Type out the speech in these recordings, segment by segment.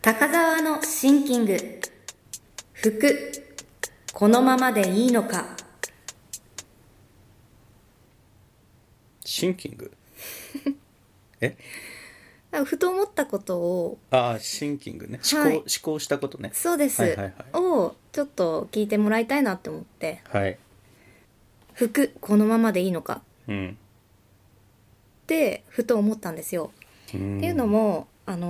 高沢のシンキング。服、このままでいいのか。 シンキングえふと思ったことを、 シンキングね。 はい、 思考したことね。 そうです、 はいはいはい。 をちょっと聞いてもらいたいなって思って、 はい。 服、このままでいいのかうん。 ってふと思ったんですよ。 うっていうのん。 も、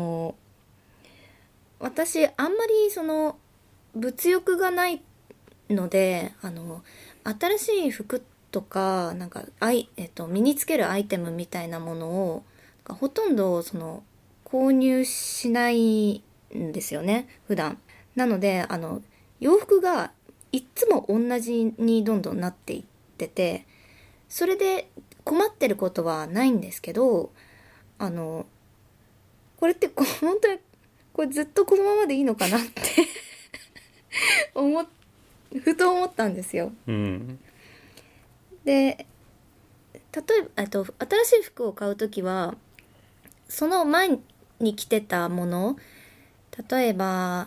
私あんまり物欲がないので、新しい服とかなんか身につけるアイテムみたいなものをほとんど購入しないんですよね、普段。なので洋服がいっつも同じにどんどんなっていってて、それで困ってることはないんですけど、あのこれって本当にこれずっとこのままでいいのかなって思っふと思ったんですよ。 うん。 で、例えば新しい服を買うときはその前に着てたもの、例えば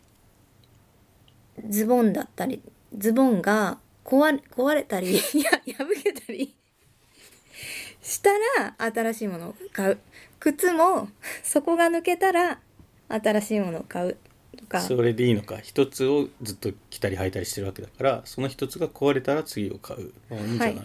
ズボンだったり、ズボンが壊れたり破けたりしたら新しいものを買う。靴も底が抜けたら新しいものを買うとか。 それでいいのか。一つをずっと着たり履いたりしてるわけだから、その一つが壊れたら次を買う。いいんじゃない？ はい。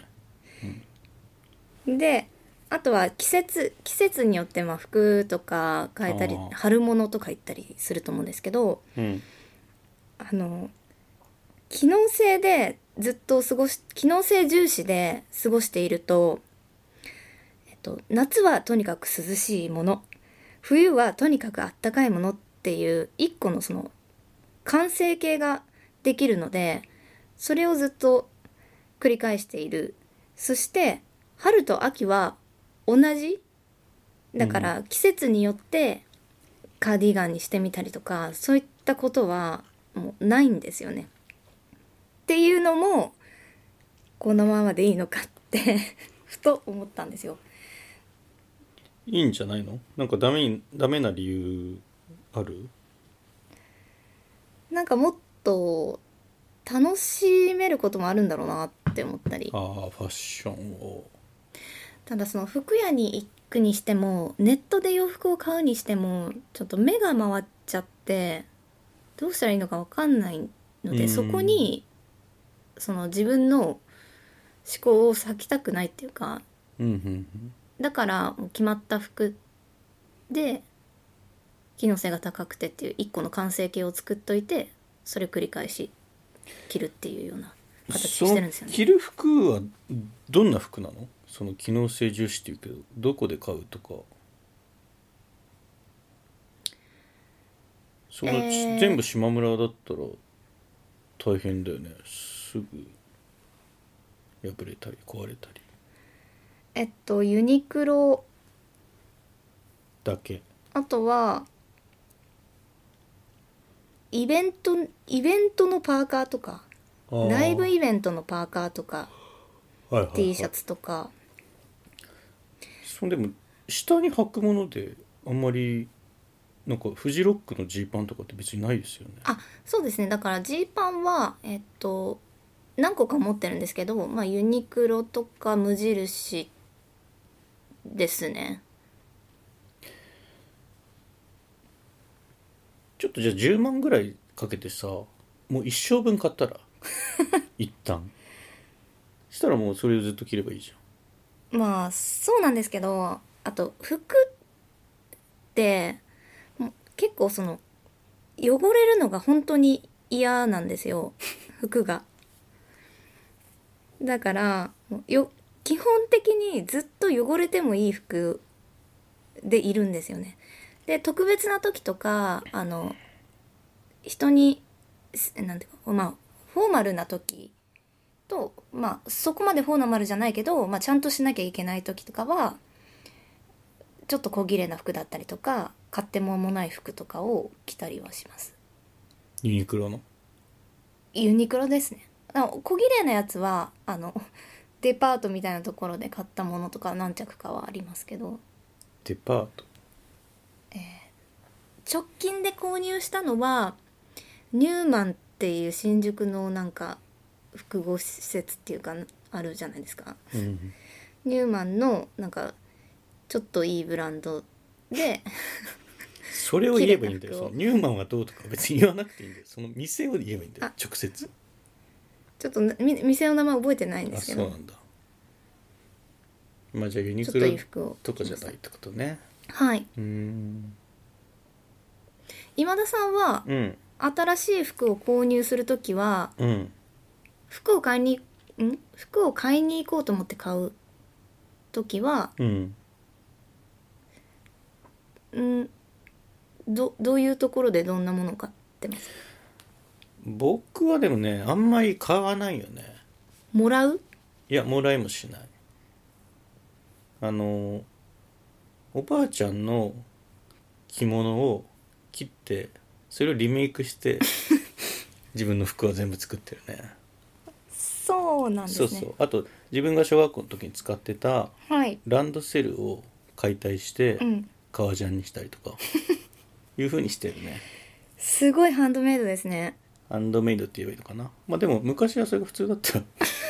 で、あとは季節によって服とか変えたり、 ああ。 春物とか言ったりすると思うんですけど、 うん。 あの機能性でずっと機能性重視で過ごしていると、夏はとにかく涼しいもの、冬はとにかくあったかいものっていう一個の完成形ができるので、それをずっと繰り返している。そして春と秋は同じだかうん。 ら、季節によってカーディガンにしてみたりとか、そういったことはもうないんですよね。っていうのもこのままでいいのかってふと思ったんですよ。 いいんじゃないの？なんかダメな理由ある？ なんかもっと楽しめることもあるんだろうなって思ったり。 ファッションを。 ただ服屋に行くにしてもネットで洋服を買うにしてもちょっと目が回っちゃって、どうしたらいいのか分かんないのうで、そこん。 に自分の思考を割きたくないっていうか、 うんうんだからもう決まった服で機能性が高くてっていう一個の完成形を作っといて、それを繰り返し着るっていうようなうん。 形にしてるんですよね。 着る服はどんな服なの？その機能性重視っていうけど、どこで買うとか。 え全部ー、 島村だったら大変だよね。すぐ破れたり壊れたりユニクロ、 だけ。 あとはイベントのパーカーとか、 ああ、 ライブはイベントのパーカーとか、 いはい T シャはい。 ツとか。 でも下に履くものであんまり、なんかフジロックのジーパンとかって別にないですよね。 あ、そうですね。だからジーパンは何個か持ってるんですけど、まあユニクロとか無印ですね。 ちょっとじゃあ10万ぐらいかけてさ、もう一生分買ったら、一旦したらもうそれをずっと着ればいいじまあそうなんですけど、あと服ってもう結構汚れるのが本当に嫌なんですよ、服が。だから基本的にずっと汚れてもいい服でいるんですよね。で、特別な時とか人になんていうか、まあフォーマルな時と、まあそこまでフォーマルじゃないけど、まあちゃんとしなきゃいけない時とかはちょっと小切れな服だったりとか買ってもない服とかを着たりはします。 ゃん。ユニクロの。 ユニクロですね。小綺麗なやつはデパートみたいなところで買ったものとか何着かはありますけど、 デパート。 直近で購入したのはニューマンっていう新宿のなんか複合施設っていうかあるじゃないですか。 うんニューマンのなんかちょっといいブランドでそれを言えばいいんだよ。 綺麗な服をそのニューマンはどうとか別に言わなくていいんだよ。その店を言えばいいんだよあ直接。 ちょっと店の名前覚えてないんであ、 すけど、 そうなんだ。まあじゃあユニちょっといいクロ服をとかじゃないってことね。 はい。 うん今田さんはうん新しい服を購入するときはうん服を買いに行こうと思って買うときはうんんどういうところでどんなものを買ってます？ 僕はでもねあんまり買わないよね。 もらう？ いやもらいもしない。あのおばあちゃんの着物を切ってそれをリメイクして自分の服は全部作ってるね。 そうなんですね。 そうそう。あと自分が小学校の時に使ってたはい。 ランドセルを解体してうん革ジャンにしたりとかいう風にしてるね。 すごいハンドメイドですね。 ハンドメイドって言えばいいのかな。まあでも昔はそれが普通だったよ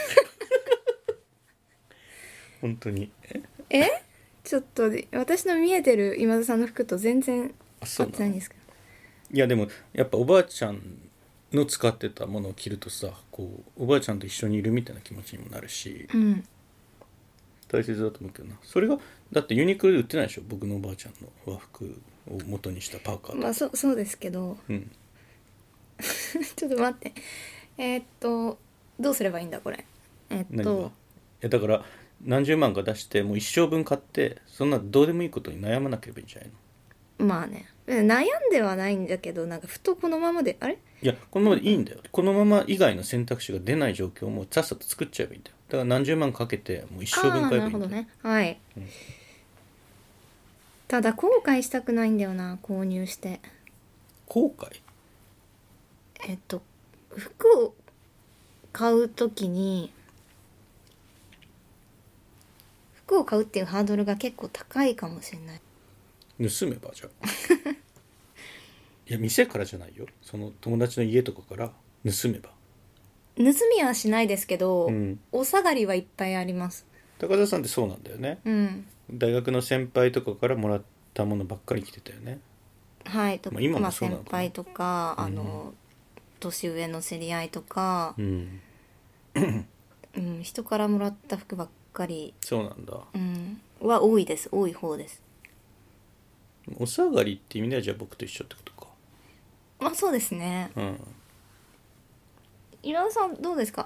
本当に。 えちょっと私の見えてる今田さんの服と全然合あ、そうなの。 ってないんですけど。 いやでもやっぱおばあちゃんの使ってたものを着るとさ、こうおばあちゃんと一緒にいるみたいな気持ちにもなるしうん大切だと思うけどな。それがだってユニクロで売ってないでしょ、僕のおばあちゃんの和服を元にしたパーカーとか。 まあそうですけどうんちょっと待って。どうすればいいんだこれ。 何が。いやだから何十万か出してもう一生分買ってそんなどうでもいいことに悩まなければいいんじゃないの。 まあね悩んではないんだけどなんかふとこのままであれいやこのままでいいんだよ。このまま以外の選択肢が出ない状況をもうさっさと作っちゃえばいいんだよ。だから何十万かけてもう一生分ああ買えばいいんだよ。 なるほどねはい、 うんただ後悔したくないんだよな購入して。 後悔。 服を買うときに服を買うっていうハードルが結構高いかもしれない。 盗めばじゃあいや店からじゃないよ、その友達の家とかから盗めば。 盗みはしないですけど、 うんお下がりはいっぱいあります。 高田さんってそうなんだよね。 うん大学の先輩とかからもらったものばっかり着てたよね。 はいとまあ今もそうなのかな先輩とかうん年上の知り合いとかう、ん人からもらった服ばっかり、 そうなんだ。 は多いです。多い方です。 お下がりって意味ではじゃあ僕と一緒ってことか。 まあそうですね。 うん岩田さんどうですか？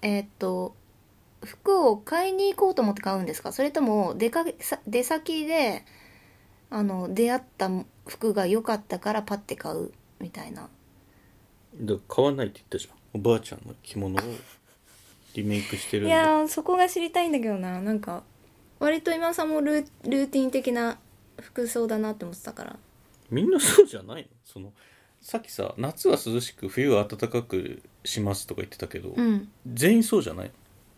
服を買いに行こうと思って買うんですか？それとも出先で出会った服が良かったからパッて買うみたいな。 だから買わないって言ったじゃん。おばあちゃんの着物をリメイクしてるんで。 いやーそこが知りたいんだけどな。なんか割と今田さんもルーティン的な服装だなって思ってたから。 みんなそうじゃないの。そのさっきさ夏は涼しく冬は暖かくしますとか言ってたけど、 うん全員そうじゃないの。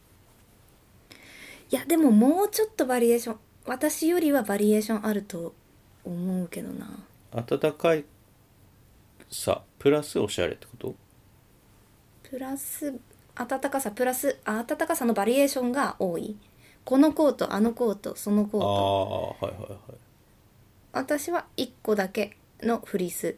いやでももうちょっとバリエーション、私よりはバリエーションあると思うけどな。 暖かいさプラスおしゃれってこと。 プラス暖かさプラス暖かさのバリエーションが多い。このコートあのコートそのコーあト。 あはいはいはい。 私は1個だけのフリース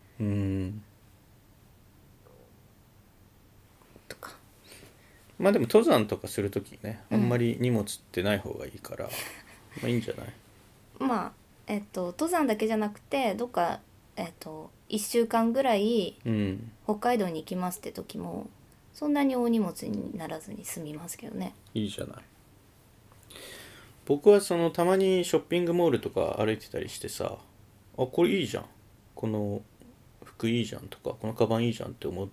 とか。 まあでも登山とかするときねあんまり荷物ってない方がいいから、まあいいんじゃない。 まあ登山だけじゃなくてどっか1週間ぐらいうん北海道に行きますって時もそんなに大荷物にならずに済みますけどね。 いいじゃない。僕はそのたまにショッピングモールとか歩いてたりしてさ、あこれいいじゃん、この服いいじゃんとかこのカバンいいじゃんって思って、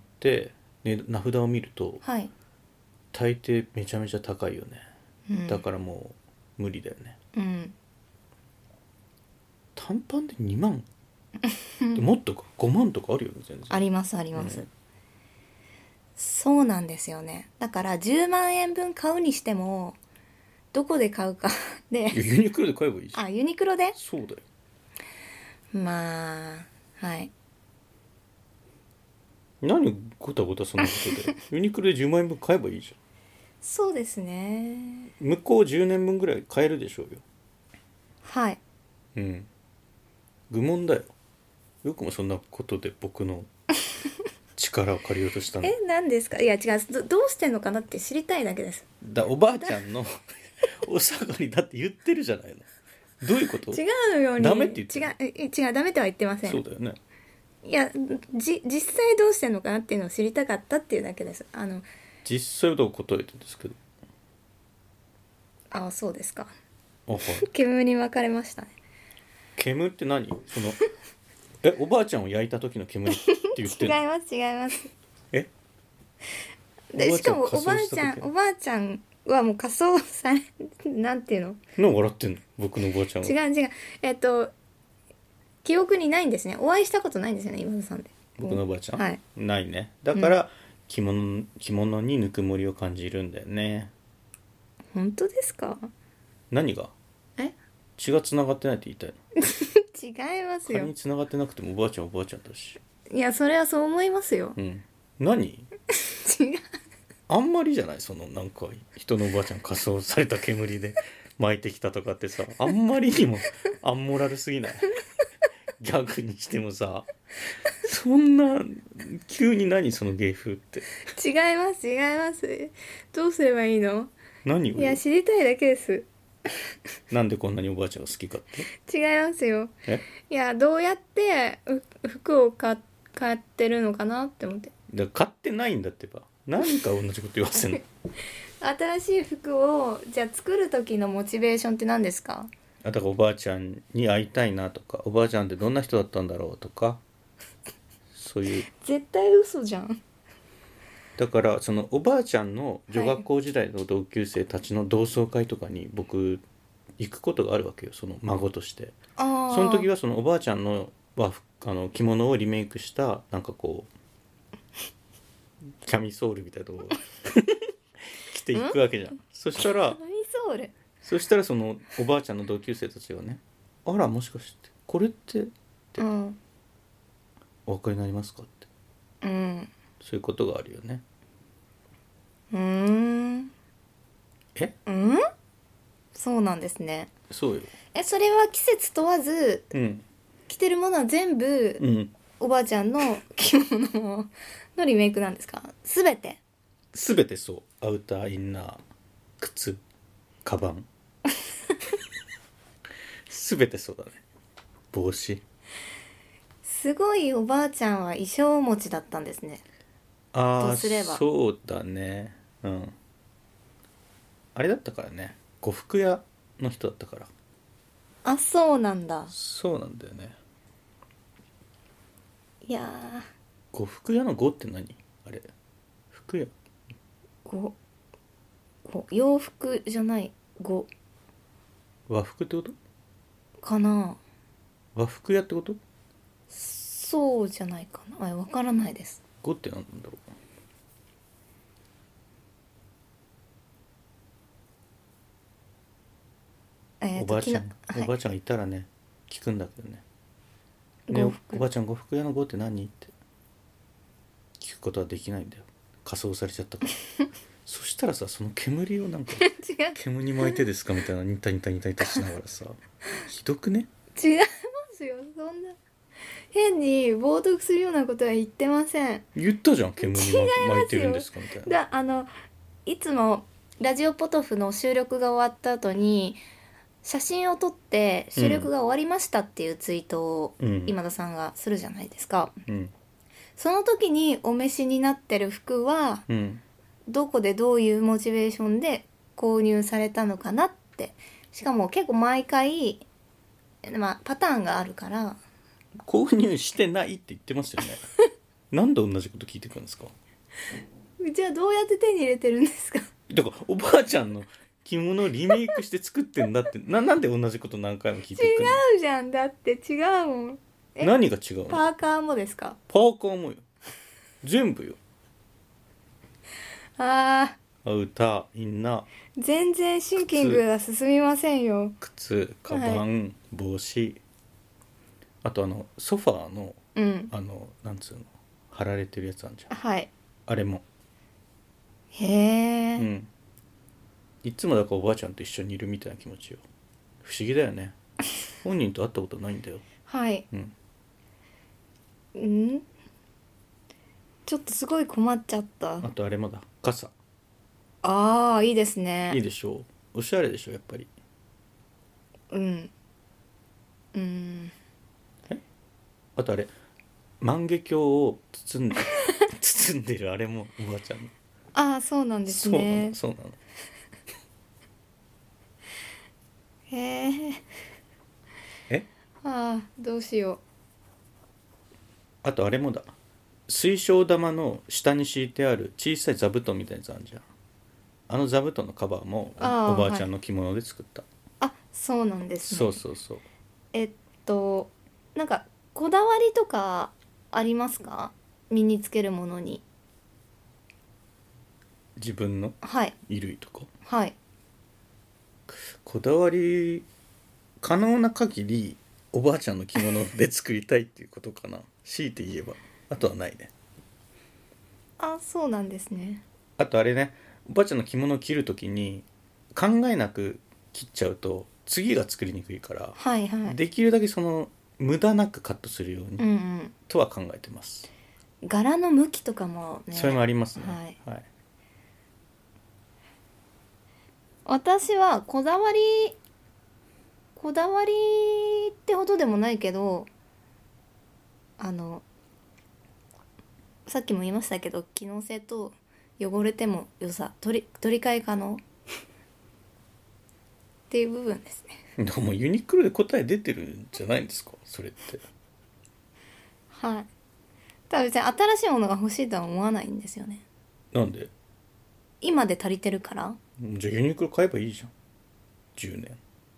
ね、名札を見るとはい大抵めちゃめちゃ高いよね、 うんだからもう無理だよね。 うん短パンで2万もっとか5万とかあるよね全然。 ありますあります、 ねそうなんですよね。だから10万円分買うにしてもどこで買うかでいやユニクロで買えばいいじゃん。 ユニクロでそうだよ。 まあはい何ごたごたそんなことでユニクロで10万円分買えばいいじそうですね。 ゃん。向こう10年分ぐらい買えるでしょうよ。 はいうん。愚問だよ。よくもそんなことで僕の力を借りようとしたの。 何ですか？いや違う、どうしてんのかなって知りたいだけです。 おばあちゃんのお下がりだって言ってるじゃないの。どういうこと？ 違うようにダメって言ってる。 違うダメとは言ってません。 そうだよね。 いや実際どうしてんのかなっていうのを知りたかったっていうだけです。 実際はどう答えてるんですけど。 あ、そうですか。 あ、はい。 煙に分かれましたね。 煙って何？そのおばあちゃんを焼いた時の煙って言って違いるの？ ます違います。 えでしかもおばあちゃんはもう仮装されなんていうの？ 笑ってんの？僕のおばあちゃんは。 違う記憶にないんですね。お会いしたことないんですよね、今田さんで。 僕のおばあちゃん、 はいないね。だから、着物にぬくもりを感じるんだよね。 本当ですか？ 何が？ え血が繋がってないって言いたいの？ 違いますよ。 仮に繋がってなくてもおばあちゃんはおばあちゃんだし。 いやそれはそう思いますよ。 うん何？ 違う。 あんまりじゃない？そのなんか人のおばあちゃん仮装された煙で巻いてきたとかってさ、あんまりにもアンモラルすぎない？ギャグにしてもさ、そんな急に何その芸風って。 違います違います。どうすればいいの？ 何をよ？ いや知りたいだけです。 なんでこんなにおばあちゃんが好きかって？ 違いますよ。 えいやどうやって服を買ってるのかなって思って。 だから買ってないんだってば。何か同じこと言わせんの？ 新しい服をじゃあ作る時のモチベーションって何ですか？ だからおばあちゃんに会いたいなとか、おばあちゃんってどんな人だったんだろうとか、そういう。 絶対嘘じゃん。 だからそのおばあちゃんの女学校時代の同級生たちの同窓会とかに僕行くことがあるわけよ、その孫として。 ああ。 その時はそのおばあちゃんの着物をリメイクしたなんかこうキャミソールみたいなとこ着ていくわけじゃん。そしたらそのおばあちゃんの同級生たちがね、あらもしかしてこれってうんお分かりになりますかって、 うんそういうことがあるよね。えうんそうなんですね。 そうよ。 それは季節問わずうん着てるものは全部うんおばあちゃんの着物のリメイクなんですか？すべて？ 全てそう。アウター、インナー、靴、カバン全てそうだね。帽子。 すごいおばあちゃんは衣装持ちだったんですね。 ああとすればそうだね。うんあれだったからね、呉服屋の人だったから。 あ、そうなんだ。 そうなんだよね。 いや呉服屋の呉って何？あれ服屋？ 洋服じゃない語和服ってこと？ かな。 和服屋ってこと？ そうじゃないかな。わからないです。 呉って何なんだろう。おばあちゃん、おばあちゃんがいたらね聞くんだけどね。ね、おばあちゃん呉服屋の呉って何って聞くことはできないんだよ、仮装されちゃったからそしたらさ、その煙をなんか違う煙に巻いてですかみたいなニタニタニタニタしながらさひどくね？ 違いますよ。そんな変に冒涜するようなことは言ってません。 言ったじゃん、煙巻いてるんですかみたいな。 いつもラジオポトフの収録が終わった後に写真を撮って収録が終わりましたっていうツイートを今田さんがするじゃないですか、その時にお召しになってる服はどこでどういうモチベーションで購入されたのかなって。しかも結構毎回、パターンがあるから購入してないって言ってますよねなんで同じこと聞いてくるんですか？ じゃあどうやって手に入れてるんですか？ だからおばあちゃんの着物をリメイクして作ってんだってなんで同じこと何回も聞いてくるの？ 違うじゃん。だって違うもん。 何が違うの？ パーカーもですか？ パーカーもよ、全部よ。 アウター、インナー、 全然シンキングが進みませんよ。 靴、カバン、帽子、あとソファーのうんなんつうの、貼られてるやつあんじゃん。 はい。 あれも。 へえ、 うんいつもだからおばあちゃんと一緒にいるみたいな気持ちよ。不思議だよね。本人と会ったことないんだよ。 はいうんうんちょっとすごい困っちゃった。 あとあれもだ、傘。 ああいいですね。 いいでしょう、おしゃれでしょやっぱり。 うんうんあとあれ、万華鏡を包んで包んでるあれもおばあちゃんの。 ああそうなんですそうなね。 のそうなの。 へえ、 えああどうしよあとあれもだ、水晶玉の下に敷いてある小さい座布団みたいなやつあるじゃん。あの座布団のカバーもう。ああおばあはい。 ちゃんの着物で作った。 あそうなんですそうね。 そうそう。 えっとなんかこだわりとかありますか？身につけるものに。 自分のはい衣類とかはいこだわり、可能な限りおばあちゃんの着物で作りたいっていうことかな。強いて言えば。あとはないね。 あそうなんですね。 あとあれね、おばあちゃんの着物を着るときに考えなく切っちゃうと次が作りにくいから、 はいはい。 できるだけその無駄なくカットするようにうんうんとは考えてます。 柄の向きとかもね。 それもありますね。 はい。 はい。 私はこだわりってほどでもないけど、あのさっきも言いましたけど、機能性と汚れても良さ取り替え可能っていう部分ですね。 でもユニクロで答え出てるんじゃないんですかそれって。 はい。ただ別に新しいものが欲しいとは思わないんですよね。 なんで？ 今で足りてるから。 じゃあユニクロ買えばいいじゃん。10年。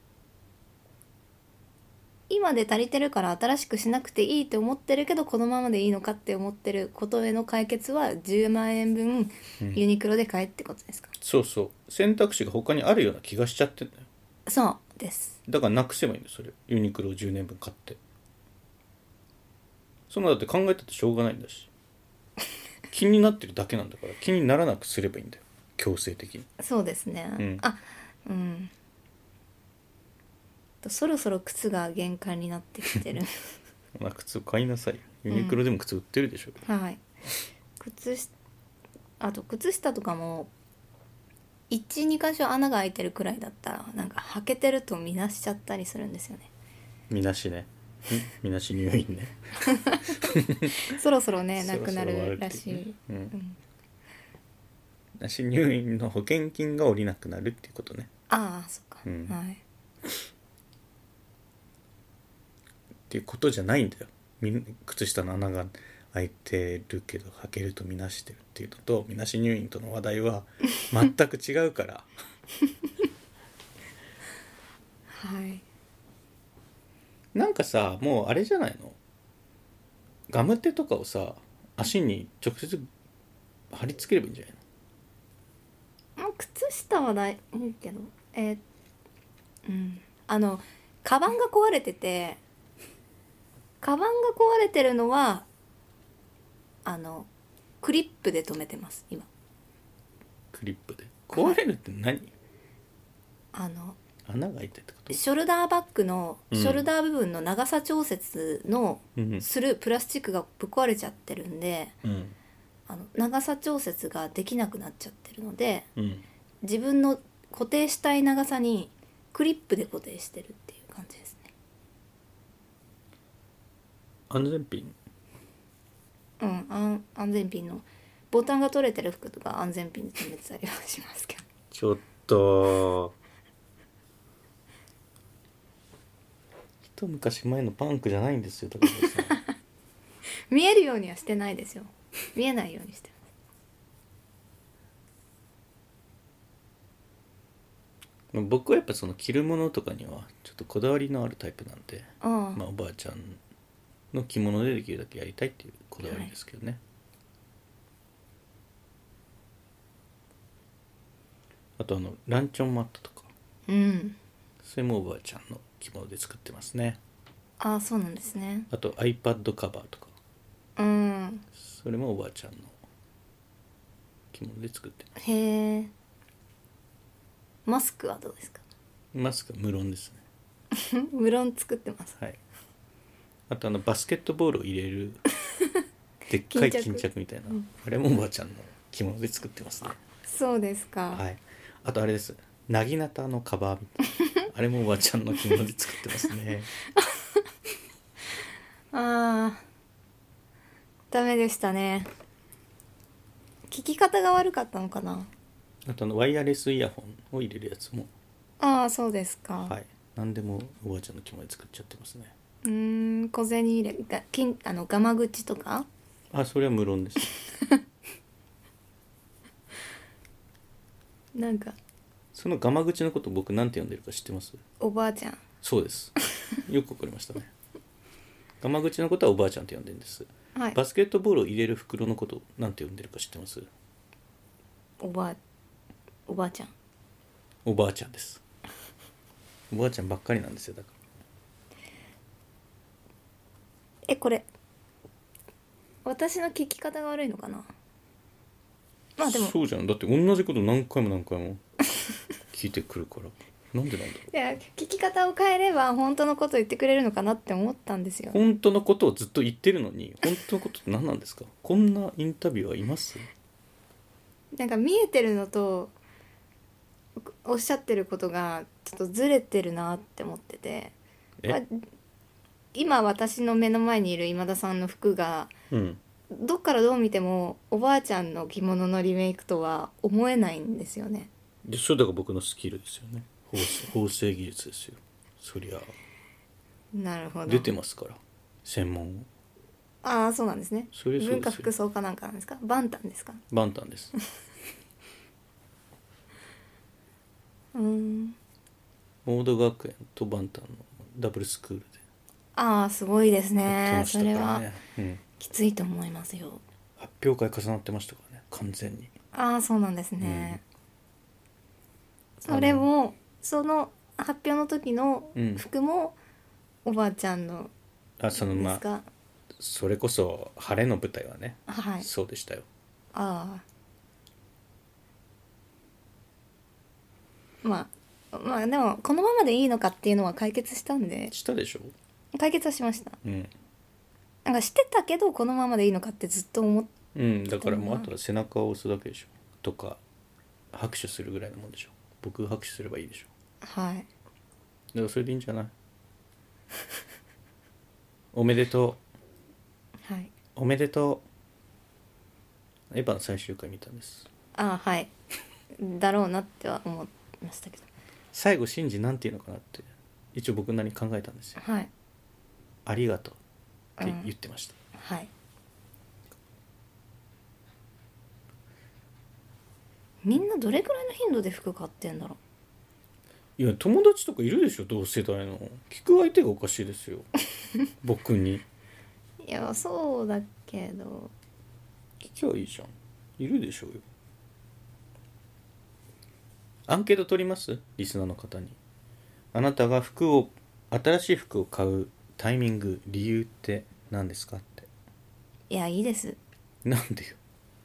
今で足りてるから新しくしなくていいと思ってるけど、このままでいいのかって思ってることへの解決は10万円分ユニクロで買えってことですか？ そうそう、選択肢が他にあるような気がしちゃってんだよ。 そうです。 だからなくせばいいんだよそれ。ユニクロを10年分買って。そんなだって考えたってしょうがないんだし、気になってるだけなんだから気にならなくすればいいんだよ、強制的に。 そうですね。 うんあ、うん。そろそろ靴が限界になってきてる。 まあ靴買いなさい。ユニクロでも靴売ってるでしょ。 はい。あと靴下とかも12箇所穴が開いてるくらいだったらなんか履けてると見なしちゃったりするんですよね。 みなしね。みなし入院ね。 そろそろねなくなそろそろ終わるらしっていうねい。 うんなし入院の保険金が下りなくなるっていうことね。 ああそっか、 うんはい。 っていうことじゃないんだよ。靴下の穴が開いてるけど履けるとみなしてるっていうのとみなし入院との話題は全く違うから。 はい。 なんかさ、もうあれじゃないの、ガムテとかをさ足に直接貼り付ければいいんじゃないの？ もう靴下はないいいけど、うんカバンが壊れてて、カバンが壊れてるのはクリップで留めてます今。 クリップで壊れるって何？ あの穴が開いてってこと？ ショルダーバッグのうんショルダー部分の長さ調節のうんするプラスチックがぶっ壊れちゃってるんで、 うん長さ調節ができなくなっちゃってるので、 うん自分の固定したい長さにクリップで固定してるっていう感じですね。 安全ピン。 安全ピンのボタンが取れてる服とか安全ピンで留めてたりはしますけど。 ちょっと一昔前のパンクじゃないんですよ高橋さん。 見えるようにはしてないですよ。見えないようにして僕はやっぱその着るものとかにはちょっとこだわりのあるタイプなんで、 ます。 まあ、おばあちゃんの着物でできるだけやりたいっていうこだわりですけどね、あとランチョンマットとか、 うん。 それもおばあちゃんの着物で作ってますね。 ああ、そうなんですね。 あと iPad カバーとか、 うん。 それもおばあちゃんの着物で作ってます。 へえ。マスクはどうですか？ マスクは無論ですね。 無論作ってます。 はい。あとバスケットボールを入れるでっかい巾着みたいな、あれもおばあちゃんの着物で作ってますね。 そうですか。 はい。あとあれです、なぎなたのカバーみたいなあれもおばあちゃんの着物で作ってますね。 ああ、ダメでしたね。聞き方が悪かったのかな。 あとワイヤレスイヤホンを入れるやつも、 ああ、そうですか。 はい、何でもおばあちゃんの着物で作っちゃってますね。 小銭入れがガマ口とか。 あ、それは無論です。 なんかそのガマ口のこと僕なんて呼んでるか知ってます？ おばあちゃん。 そうです。よくわかりましたね。ガマ口のことはおばあちゃんって呼んでるんです。 はい。 バスケットボールを入れる袋のことなんて呼んでるか知ってます？ おばあおばあちゃん。 おばあちゃんです。おばあちゃんばっかりなんですよ。だかこれ私の聞き方が悪いのかな。まらあでも、 そうじゃん。だって同じこと何回も何回も聞いてくるからなんでなんだろう。 いや、聞き方を変えれば本当のこと言ってくれるのかなって思ったんですよ。 本当のことをずっと言ってるのに、本当のことって何なんですか？こんなインタビュアーいます？ なんか見えてるのとおっしゃってることがちょっとずれてるなって思ってて、まあえ今私の目の前にいる今田さんの服がうん。 どっからどう見てもおばあちゃんの着物のリメイクとは思えないんですよね。 でそれだから僕のスキルですよね。縫製技術ですよ。そりゃなるほど。 出てますから、専門を。 ああ、そうなんですね。 それそうですよ。 文化服装かなんかなんですか？バンタンですか？ バンタンです。 うーん。 モード学園とバンタンのダブルスクールでああ、すごいですね。 やってましそれはたからね。うん。 きついと思いますよ。 発表会重なってましたからね、完全に。 ああ、そうなんですね。 うん、 それもその発表の時のうん服もおばあちゃんのそのですか？ それこそ晴れの舞台はね、 はい。 そうでしたよ。 ああ、まあでもこのままでいいのかっていうのは解決したんで、 したでしょ。 解決はしました。 うんなんかしてたけどこのままでいいのかってずっと思っうん、だからもうあでもとは背中を押すだけでしょとか、拍手するぐらいのもんでしょ。僕拍手すればいいでしょ。 はい。 だからそれでいいんじゃない？おめでとはい。 うおめでとう。エヴァの最終回見たんです。 ああ、はい。だろうなっては思いましたけど。 最後シンジなんて言うのかなって一応僕なりに考えたんですよ。 はい。 ありがとうって言ってました。 はい。みんなどれくらいの頻度で服買ってんだろいや友達とかいるでしょ、同世代の。聞く相手がおかしいですよ僕に。 う。いや、そうだけど。 聞きゃいいじゃん。いるでしょうよ。アンケート取ります？リスナーの方に。あなたが新しい服を買うタイミング、理由って何ですかって。 いや、いいです。 なんでよ。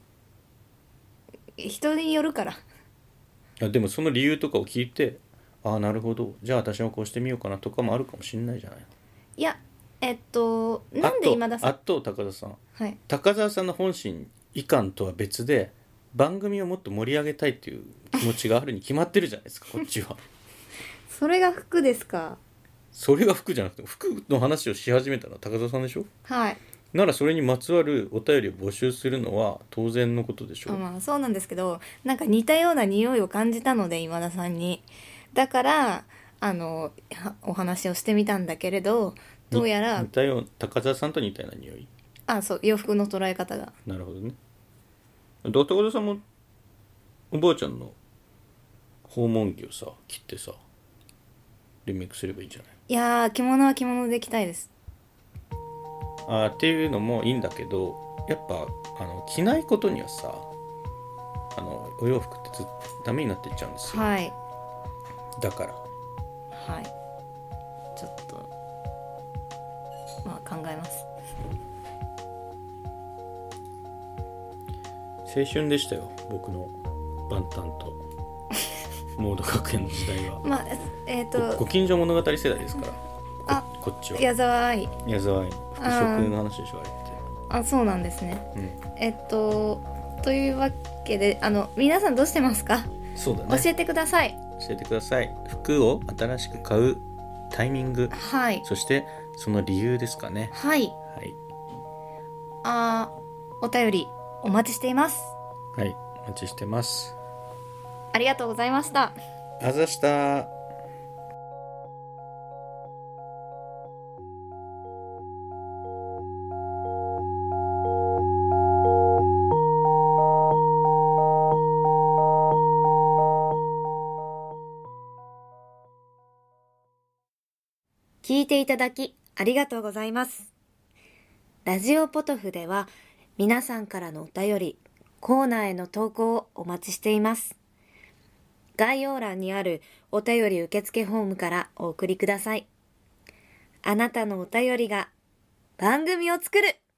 人によるから。 いやでもその理由とかを聞いて、ああなるほど、じゃあ私もこうしてみようかなとかもあるかもしれないじゃないの。 いや、なんで今田さん。 あと高田さん、 はい。 高澤さんの本心いかんとは別で、番組をもっと盛り上げたいっていう気持ちがあるに決まってるじゃないですかこっちは。 それが服ですか？ それが服じゃなくて、服の話をし始めたのは高澤さんでしょ。 はい。 ならそれにまつわるお便りを募集するのは当然のことでしょ。 まあそうなんですけど、なんか似たような匂いを感じたので今田さんに。だからお話をしてみたんだけれど、どうやら似たよう高澤さんと似たような匂い。 そう洋服の捉え方が。 なるほどね。高田さんもおばあちゃんの訪問着をさ切ってさリメイクすればいいんじゃない？ いやー、着物は着物で着たいです。 っていうのもいいんだけど、やっぱ着ないことにはさ、お洋服ってダメになってっちゃうんですよ。 はい。 だからはい。ちょっとえます。 青春でしたよ、僕のバンタンとモード学園の時代は。 まあご近所物語世代ですから。 あ、 こっちは矢沢愛。 矢沢愛の服飾の話でしょ、あれって。 あ、そうなんですね。 うん、 というわけで皆さんどうしてますか？ そうだね。 教えてください。 教えてください。服を新しく買うタイミング、 はい。 そしてその理由ですかね。 はい。 はい。 お便りお待ちしています。 はい、お待ちしてます。 ありがとうございました。 あざした。 聞いていただきありがとうございます。ラジオポトフでは皆さんからのお便り、コーナーへの投稿をお待ちしています。概要欄にあるお便り受付フォームからお送りください。あなたのお便りが番組を作る